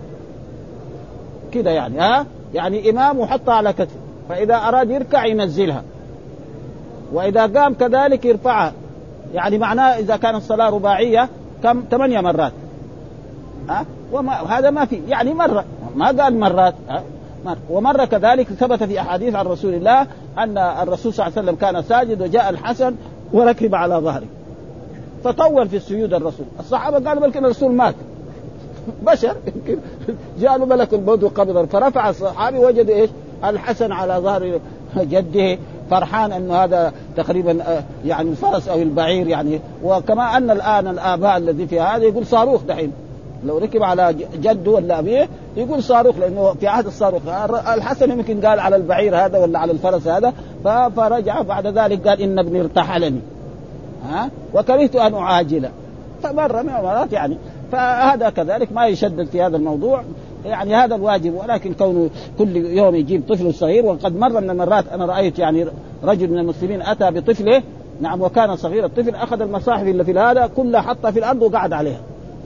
كده يعني. ها يعني إمام وحطها على كتفه، فإذا أراد يركع ينزلها، وإذا قام كذلك يرفعها. يعني معناه إذا كانت الصلاة رباعية كم ثمانية مرات. ها وما هذا ما في يعني مرة ما قال مرات. ها مرة. ومرة كذلك ثبت في أحاديث عن رسول الله أن الرسول صلى الله عليه وسلم كان ساجد وجاء الحسن وركب على ظهره فطول في السجود الرسول. الصحابة قالوا بل كان الرسول مات بشر يمكن جاء له ملك الموت وقبضه، فرفع الصحابي وجد إيش الحسن على ظهره جده فرحان أنه هذا تقريبا يعني الفرس أو البعير يعني. وكما أن الآن الآباء الذي في هذا يقول صاروخ دحين لو ركب على جده ولا أبيه يقول صاروخ، لأنه في عهد الصاروخ. الحسن يمكن قال على البعير هذا ولا على الفرس هذا، فرجع بعد ذلك قال إن ابني ارتحلني ها وكرهت أن أعاجله، فمر من المرات يعني. فهذا كذلك ما يشدد في هذا الموضوع يعني، هذا الواجب. ولكن كونه كل يوم يجيب طفل صغير، وقد مر من المرات أنا رأيت يعني رجل من المسلمين أتى بطفله نعم وكان صغير الطفل، أخذ المصاحف اللي في هذا كلها حطها في الأرض وقعد عليها.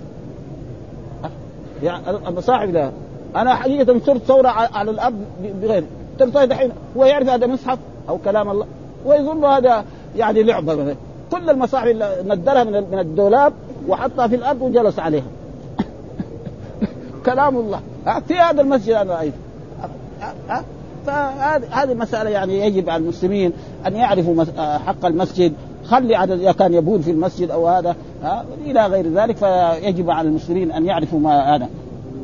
يعني المصاحف ده أنا حقيقة صرت ثورة على الأب بغير تلطيب الحين، هو يعرف هذا مصحف أو كلام الله ويظن هذا يعني لعبة مثلا. كل المصاحف اللي ندرها من الدولاب وحطها في الأرض وجلس عليها كلام الله في هذا المسجد أنا رأيت. فهذه مسألة يعني يجب على المسلمين أن يعرفوا حق المسجد. خلي عدد إذا كان يبول في المسجد أو هذا إلى غير ذلك، فيجب على المسلمين أن يعرفوا ما هذا.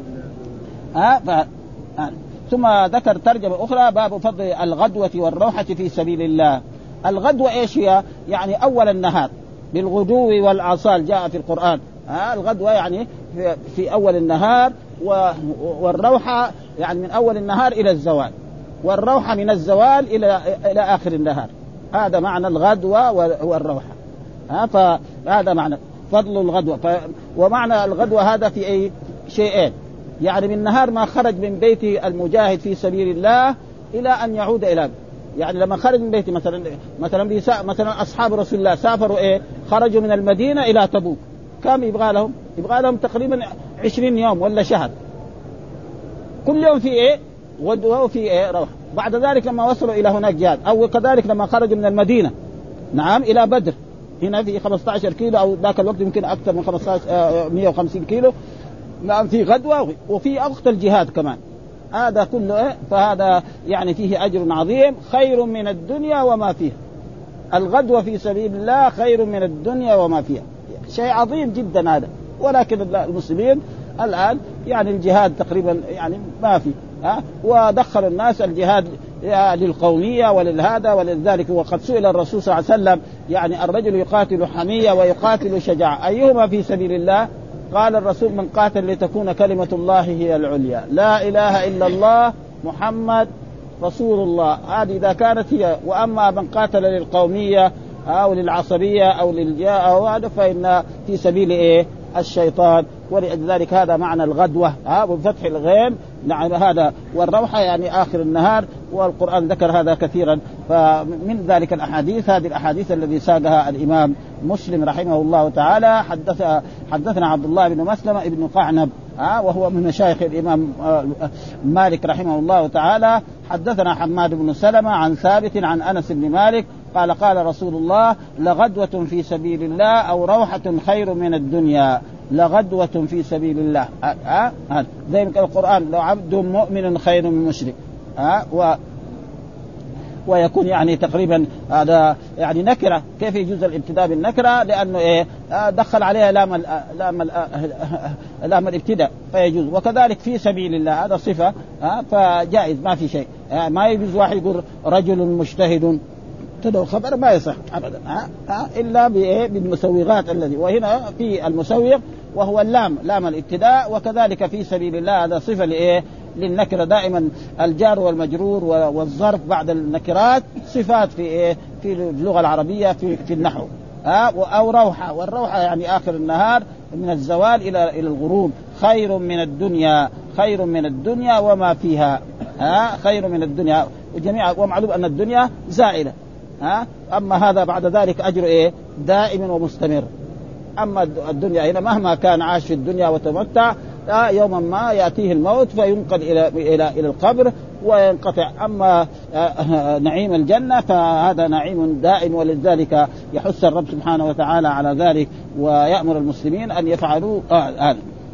ها ثم ذكر ترجمة أخرى باب فضل الغدوة والروحة في سبيل الله. الغدوة إيش هي؟ يعني أول النهار بالغدو والآصال جاء في القرآن. ها الغدوة يعني في, في أول النهار، والروحة يعني من أول النهار إلى الزوال، والروحة من الزوال إلى إلى آخر النهار. هذا معنى الغدوة والروحة. ها فهذا معنى فضل الغدوة. ف... ومعنى الغدوة هذا في أي شيئين، يعني من نهار ما خرج من بيته المجاهد في سبيل الله إلى أن يعود إلى، يعني لما خرج من بيته مثلا مثلا بيسا... مثلا أصحاب رسول الله سافروا إيه خرجوا من المدينة إلى تبوك، كم يبغى لهم؟ يبغى لهم تقريبا عشرين يوم ولا شهر، كل يوم في إيه غدوة وفي إيه روح. بعد ذلك لما وصلوا إلى هناك جهاد، أو كذلك لما خرجوا من المدينة نعم إلى بدر هنا في خمسة عشر كيلو، أو ذاك الوقت يمكن أكثر من خمسة عشر مئة وخمسين كيلو نعم في غدوة، وفي وقت الجهاد كمان. هذا كله فهذا يعني فيه أجر عظيم خير من الدنيا وما فيها. الغدوة في سبيل الله خير من الدنيا وما فيها، شيء عظيم جدا هذا. ولكن المسلمين الآن يعني الجهاد تقريبا يعني ما في، ها ودخل الناس الجهاد للقومية وللهذا ولذلك. وقد سئل الرسول صلى الله عليه وسلم يعني الرجل يقاتل حمية ويقاتل شجاعة أيهما في سبيل الله؟ قال الرسول من قاتل لتكون كلمة الله هي العليا، لا إله إلا الله محمد رسول الله، هذه إذا كانت هي. وأما من قاتل للقومية أو للعصبية أو للجاء أو هذا فإن في سبيل إيه الشيطان. ولذلك هذا معنى الغدوة ها بفتح الغين نعم هذا، والروحة يعني آخر النهار. والقرآن ذكر هذا كثيرا. فمن ذلك الأحاديث هذه الأحاديث الذي ساقها الإمام مسلم رحمه الله تعالى. حدث حدثنا عبد الله بن مسلمة ابن قعنب ها وهو من مشايخ الإمام مالك رحمه الله تعالى. حدثنا حماد بن سلمة عن ثابت عن أنس بن مالك قال قال رسول الله لغدوة في سبيل الله أو روحة خير من الدنيا. لغدوة في سبيل الله ها ها زي ما القرآن لو عبد مؤمن خير من مشرك ها و ويكون يعني تقريبا هذا يعني نكرة. كيف يجوز الابتداء بالنكرة؟ لأنه إيه دخل عليها لام لام لام الابتداء فيجوز. وكذلك في سبيل الله هذا صفة ها فجائز ما في شيء. ما يجوز واحد يقول رجل مجتهد تدعو خبر ما يصح أبدا ها ها إلا بإيه بالمسوغات الذي. وهنا في المسوغ وهو اللام لام الابتداء. وكذلك في سبيل الله هذا صفة لإيه للنكرة. دائما الجار والمجرور والظرف بعد النكرات صفات في إيه في اللغة العربية في في النحو ها. أو روحة، والروحة يعني آخر النهار من الزوال إلى إلى الغروب. خير من الدنيا، خير من الدنيا وما فيها ها خير من الدنيا وجميع. ومعلوم أن الدنيا زائلة ها. أما هذا بعد ذلك أجر إيه دائم ومستمر. أما الدنيا هنا مهما كان عاش في الدنيا وتمتع يوما ما يأتيه الموت فينقل إلى إلى إلى القبر وينقطع. أما نعيم الجنة فهذا نعيم دائم. ولذلك يحث الرب سبحانه وتعالى على ذلك ويأمر المسلمين أن يفعلوا هذا.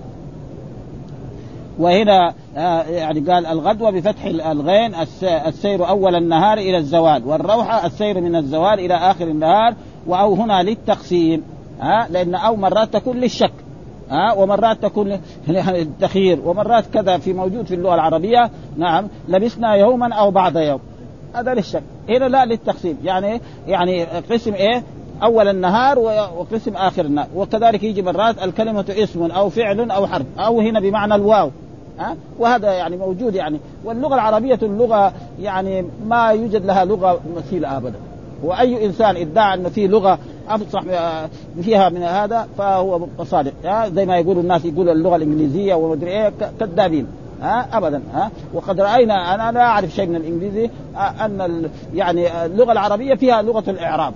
وهنا يعني قال الغدوة بفتح الغين السير أول النهار إلى الزوال، والروحة السير من الزوال إلى آخر النهار. وأو هنا للتقسيم ها لأن أو مرات تكون للشك ها ومرات تكون للتخيير ومرات كذا في موجود في اللغة العربية. نعم لبسنا يوما أو بعض يوم هذا للشك. هنا لا للتقسيم، يعني يعني قسم إيه أول النهار وقسم آخر النهار. وكذلك يجي مرات الكلمة اسم أو فعل أو حرف، أو هنا بمعنى الواو، ها؟ وهذا يعني موجود يعني. واللغة العربية اللغة يعني ما يوجد لها لغة مثيلة أبدا، وأي إنسان ادعى أن في لغة أفصح فيها من هذا فهو صادق. زي ما يقولوا الناس يقولوا اللغة الإنجليزية ومدري إيه كذابين، ها أبدا. ها وقد رأينا، أنا لا أعرف شيء من الإنجليزي، أن يعني اللغة العربية فيها لغة الإعراب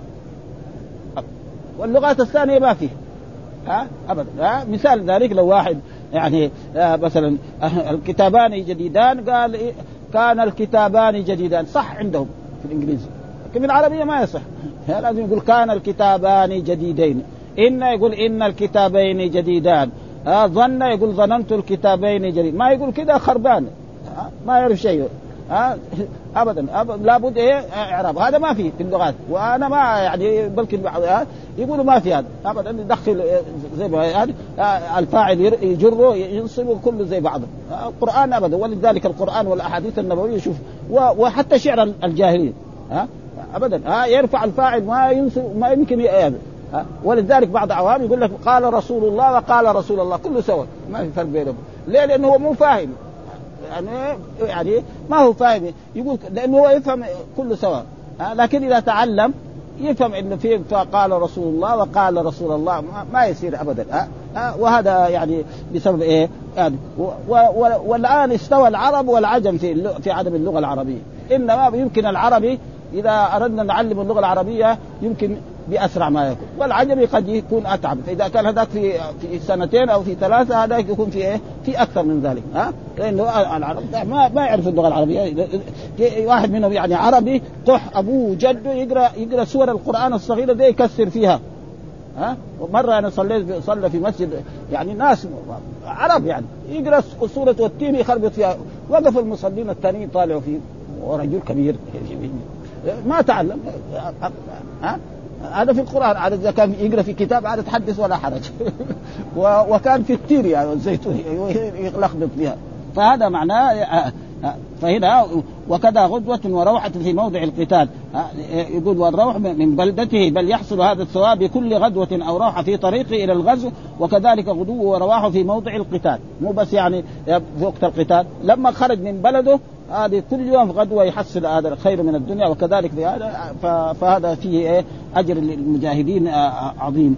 واللغات الثانية ما فيه، ها أبدا. ها مثال ذلك لو واحد يعني مثلا الكتابان جديدان قال إيه؟ كان الكتابان جديدان، صح عندهم في الإنجليزي، لكن في العربية ما يصح. لازم يقول كان الكتابان جديدين، إن يقول إن الكتابين جديدان، آه ظن يقول ظننت الكتابين جديد، ما يقول كده خربان، آه ما يعرف شيء، آه أبدا. أبداً لابد إيه إعراب، هذا ما فيه في اللغات. وأنا ما يعني بلكن بعض يقولوا ما في هذا أبدا، يدخل زي ما هذا آه الفاعل يجره ينصبه كله زي بعضه. آه القرآن أبدا، ولذلك القرآن والأحاديث النبوية شوف، وحتى شعر الجاهلين ها آه أبدا ها آه يرفع الفاعل ما ينصب ما يمكن يقابل. ها ولذلك بعض عوام يقول لك قال رسول الله وقال رسول الله كله سوا، ما في فرق بينهم. ليه؟ لأنه هو مو فاهم، يعني يعني ما هو فاهم، يقول لأنه هو يفهم كله سوا. ها لكن إذا تعلم يفهم إنه في قال رسول الله وقال رسول الله، ما يصير أبدا. ها ها وهذا يعني بسبب إيه يعني. والآن استوى العرب والعجم في في عدم اللغة العربية. إنما يمكن العربي إذا أردنا نعلم اللغة العربية يمكن بأسرع ما يكون، والعجمي قد يكون أتعب. فإذا كان هذاك في في سنتين أو في ثلاثة هذاك يكون في إيه في أكثر من ذلك. ها لأنه العرب ما ما يعرف اللغة العربية. واحد منهم يعني عربي قح أبوه جده يقرأ يقرأ سور القرآن الصغيرة دي يكسر فيها. ها مرة أنا صليت صلى في مسجد يعني ناس عرب يعني يقرأ سورة والتين يخربط فيها، وقف المصلين الثانيين طالعوا فيه، ورجل كبير ما تعلم. ها هذا في القرآن، عاد إذا كان يقرأ في كتاب عاد تحدث ولا حرج. وكان في التير يعني الزيتون يلخبط فيها، فهذا معناه. فهنا وكذا غدوة وروحة في موضع القتال، يقول والروح من بلدته، بل يحصل هذا الثواب بكل غدوة أو روحة في طريقه إلى الغزو، وكذلك غدوه ورواحه في موضع القتال، مو بس يعني في وقت القتال، لما خرج من بلده هذه كل يوم غدوة يحصل هذا الخير من الدنيا. وكذلك في هذا فهذا فيه إيه أجر للمجاهدين عظيم.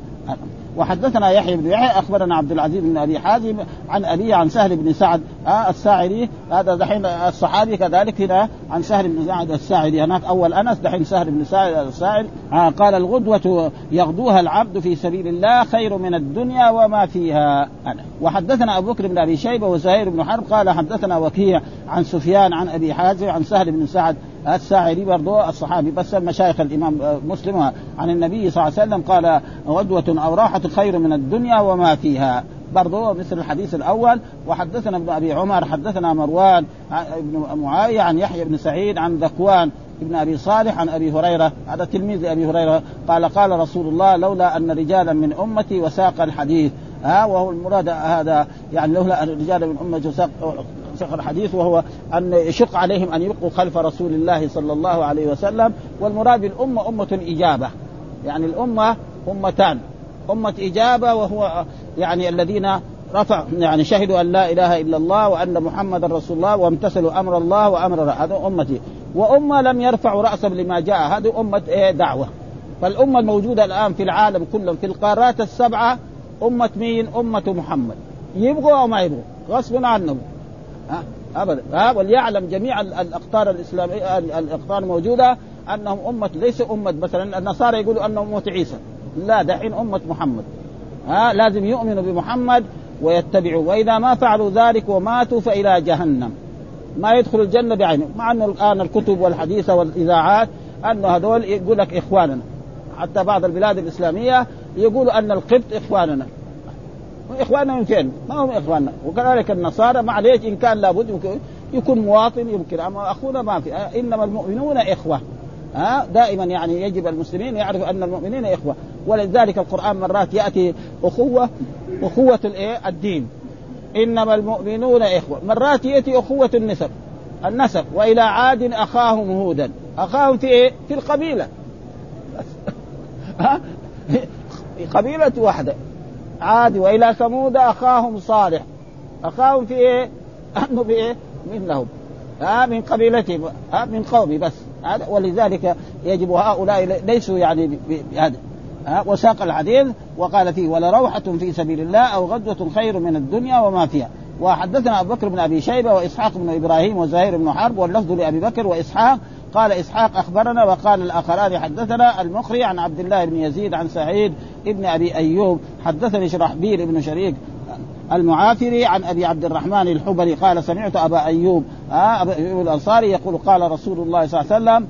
وحدثنا يحيى بن يحيى أخبرنا عبد العزيز بن أبي حازم عن أبي عن سهل بن سعد آه الساعدي، هذا دحين الصحابي كذلك هنا عن سهل بن سعد الساعدي، هناك أول أنس دحين سهل بن سعد الساعدي. آه قال الغدوة يغدوها العبد في سبيل الله خير من الدنيا وما فيها. أنا. وحدثنا أبو بكر بن أبي شيبة وزهير بن حرب قال حدثنا وكيع عن سفيان عن أبي حازم عن سهل بن سعد الساعدي برضو الصحابي بس مشايخ الإمام مسلم عن النبي صلى الله عليه وسلم قال غدوة أو راحة خير من الدنيا وما فيها، برضو مثل الحديث الأول. وحدثنا ابن أبي عمر حدثنا مروان ابن معاوية عن يحيى بن سعيد عن ذكوان ابن أبي صالح عن أبي هريرة، هذا تلميذ أبي هريرة، قال قال رسول الله لولا أن رجالا من أمتي وساق الحديث. ها وهو المراد هذا يعني لولا أن رجالا من أمتي وساق ساق الحديث، وهو أن يشق عليهم أن يبقوا خلف رسول الله صلى الله عليه وسلم. والمراد بالأمة أمة إجابة، يعني الأمة أمتان، أمة إجابة وهو يعني الذين رفع يعني شهدوا أن لا إله إلا الله وأن محمد رسول الله وامتثلوا أمر الله وأمر هذا أمتي. وأمة لم يرفعوا رأسهم لما جاء، هذه أمة إيه دعوة. فالأمة الموجودة الآن في العالم كلهم في القارات السبعة أمة مين؟ أمة محمد، يبغوا أو ما يبغوا غصب عنهم. ها أبدا. ها وليعلم جميع الأقطار الإسلامية الأقطار الموجودة أنهم أمة، ليس أمة مثلا النصارى يقولوا أنهم أمة عيسى، لا دحين أمة محمد. ها لازم يؤمنوا بمحمد ويتبعوا، وإذا ما فعلوا ذلك وماتوا فإلى جهنم، ما يدخل الجنة بعينه. مع أنه الآن الكتب والحديث والإذاعات أنه هذول يقول لك إخواننا، حتى بعض البلاد الإسلامية يقولوا أن القبط إخواننا. إخواننا من فين؟ ما هم إخواننا. وكذلك النصارى معليش إن كان لابد يمكن يكون مواطن يمكن، أما أخونا ما في. إنما المؤمنون إخوة. ها دائما يعني يجب المسلمين يعرفوا أن المؤمنين إخوة. ولذلك القرآن مرات يأتي أخوة أخوة الإيه الدين، إنما المؤمنون إخوة، مرات يأتي أخوة النسب النسب وإلى عاد أخاهم هودا أخاهم في إيه؟ في القبيلة ها قبيلة واحدة عادي. وإلى ثمود أخاهم صالح أخاهم في إيه؟ أنه بإيه؟ منهم ها من قبيلتهم ها من قومي بس هذا. ولذلك يجب هؤلاء ليسوا يعني بهذا ها. وساق الحديث وقال فيه ولروحة في سبيل الله أو غزوة خير من الدنيا وما فيها. وحدثنا أبو بكر بن أبي شيبة وإسحاق بن إبراهيم وزهير بن حرب واللفظ لأبي بكر وإسحاق. قال إسحاق أخبرنا وقال الآخران حدثنا المقري عن عبد الله بن يزيد عن سعيد ابن أبي أيوب حدثني شرحبيل بن شريك المعافري عن أبي عبد الرحمن الحبلي قال سمعت أبا أيوب آه أبا أيوب الأنصاري يقول قال رسول الله صلى الله عليه وسلم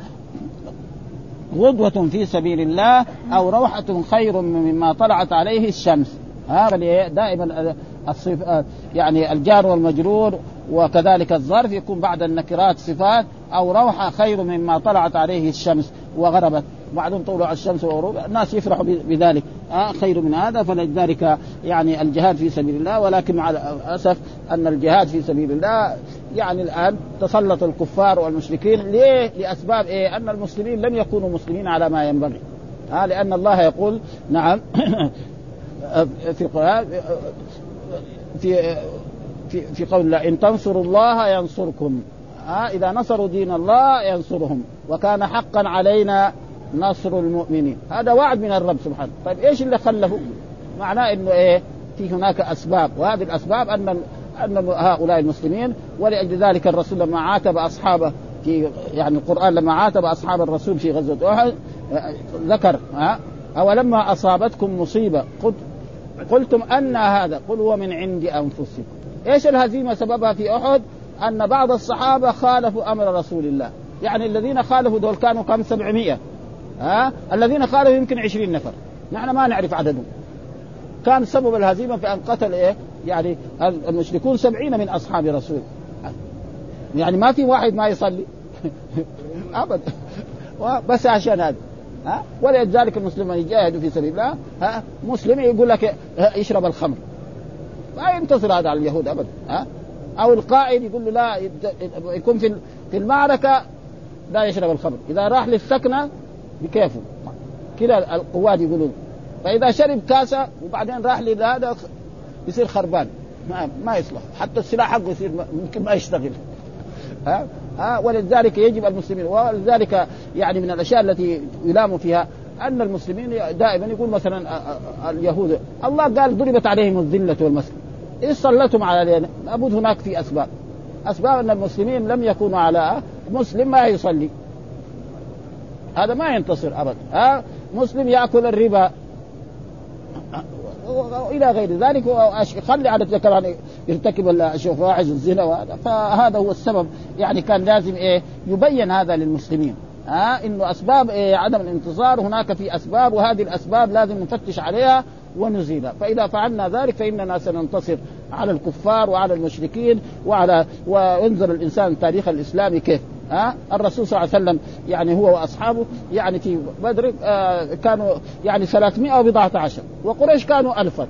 غدوة في سبيل الله أو روحة خير مما طلعت عليه الشمس. هذا دائما الصفات يعني الجار والمجرور وكذلك الظرف يكون بعد النكرات صفات. أو روحة خير مما طلعت عليه الشمس وغربت بعدين طلع الشمس وغروب الناس يفرحوا بذلك آه خير من هذا. فلذلك يعني الجهاد في سبيل الله. ولكن مع الأسف أن الجهاد في سبيل الله يعني الآن تسلط الكفار والمشركين. ليه؟ لأسباب إيه؟ أن المسلمين لم يكونوا مسلمين على ما ينبغي آه لأن الله يقول نعم في القرآن في في في قول الله إن تنصروا الله ينصركم آه إذا نصروا دين الله ينصرهم وكان حقا علينا نصر المؤمنين. هذا وعد من الرب سبحانه. طيب إيش اللي خلفه؟ معناه إنه إيه في هناك أسباب. وهذه الأسباب أن أن هؤلاء المسلمين. ولأجل ذلك الرسول لما عاتب أصحابه في يعني القرآن لما عاتب أصحاب الرسول في غزوة أحد ذكر ها أولما أصابتكم مصيبة قلت قلتم أن هذا قل هو من عند أنفسكم. إيش الهزيمة سببها في أحد؟ أن بعض الصحابة خالفوا أمر رسول الله. يعني الذين خالفوا دول كانوا كم سبعمائة ها الذين خالفوا يمكن عشرين نفر نحن ما نعرف عددهم. كان سبب الهزيمة في أن قتل إيه يعني المشركون سبعين من أصحاب رسول. يعني ما في واحد ما يصلي أبدا بس عشان هذا ها. ولذلك المسلم يجاهد في سبيل الله ها مسلم يقول لك يشرب الخمر ما ينتصر هذا على اليهود أبدا ها. أو القائد يقول له لا يكون في في المعركة لا يشرب الخمر. إذا راح للسكنة بكيفه كلا القواد يقولون. فإذا شرب كاسة وبعدين راح لهذا يصير خربان ما ما يصلح. حتى السلاح حقه يصير ممكن ما يشتغل ها ها. ولذلك يجب المسلمين. ولذلك يعني من الأشياء التي يلام فيها أن المسلمين دائما يقول مثلا اليهود الله قال ضربت عليهم الذلة والمسكنة. إذ صلتم على لابد هناك في أسباب. أسباب أن المسلمين لم يكونوا على مسلم ما يصلي هذا ما ينتصر أبدا ها. مسلم يأكل الربا وإلى غير ذلك ويخلي على كمان يرتكب الفواحش الزنا وهذا. فهذا هو السبب. يعني كان لازم إيه يبين هذا للمسلمين ها إنه أسباب إيه عدم الانتصار هناك في أسباب. وهذه الأسباب لازم نفتش عليها ونزيلها. فإذا فعلنا ذلك فإننا سننتصر على الكفار وعلى المشركين وعلى وينظر الإنسان التاريخ الإسلامي كيف ها. الرسول صلى الله عليه وسلم يعني هو وأصحابه يعني في بدر آه كانوا يعني ثلاثمائة وبضعة عشر وقريش كانوا ألفا.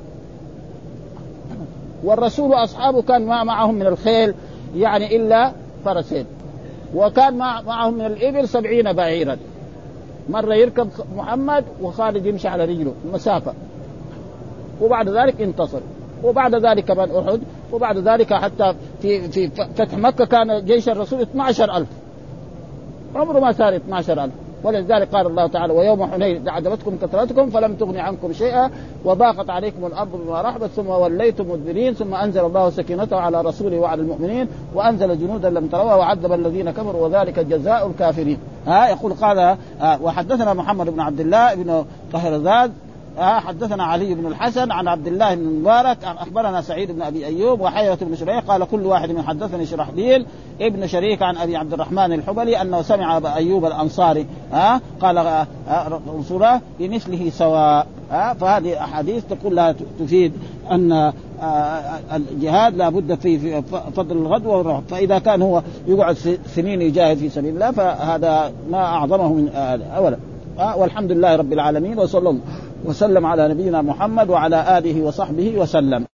والرسول وأصحابه كان ما معهم من الخيل يعني إلا فرسين. وكان مع معهم من الإبل سبعين بعيرا. مرة يركب محمد وخالد يمشي على رجله المسافة. وبعد ذلك انتصر. وبعد ذلك كمان أحد. وبعد ذلك حتى في في فتح مكة كان جيش الرسول اثنا عشر ألف عمره ما صار اثنا عشر ألف. ولذلك قال الله تعالى ويوم حنين أعجبتكم كثرتكم فلم تغن عنكم شيئا وضاقت عليكم الأرض بما رحبت ثم وليتم مدبرين ثم أنزل الله سكينته على رسوله وعلى المؤمنين وأنزل جنودا لم تروها وعذب الذين كفروا وذلك جزاء الكافرين ها. يقول قال وحدثنا محمد بن عبد الله بن طهرزاد آه حدثنا علي بن الحسن عن عبد الله بن مبارك أخبرنا سعيد بن أبي أيوب وحيرة بن شريح قال كل واحد من حدثني شرحبيل ابن شريك عن أبي عبد الرحمن الحبلي أنه سمع أبا أيوب الأنصاري آه قال آه رسوله بمثله سواء آه. فهذه أحاديث تقول لا تفيد أن آه الجهاد لا بد في فضل الغدوة والروح. فإذا كان هو يقعد سنين يجاهد في سبيل الله فهذا ما أعظمه من آه أولا آه. والحمد لله رب العالمين وصلى الله وسلم على نبينا محمد وعلى آله وصحبه وسلم.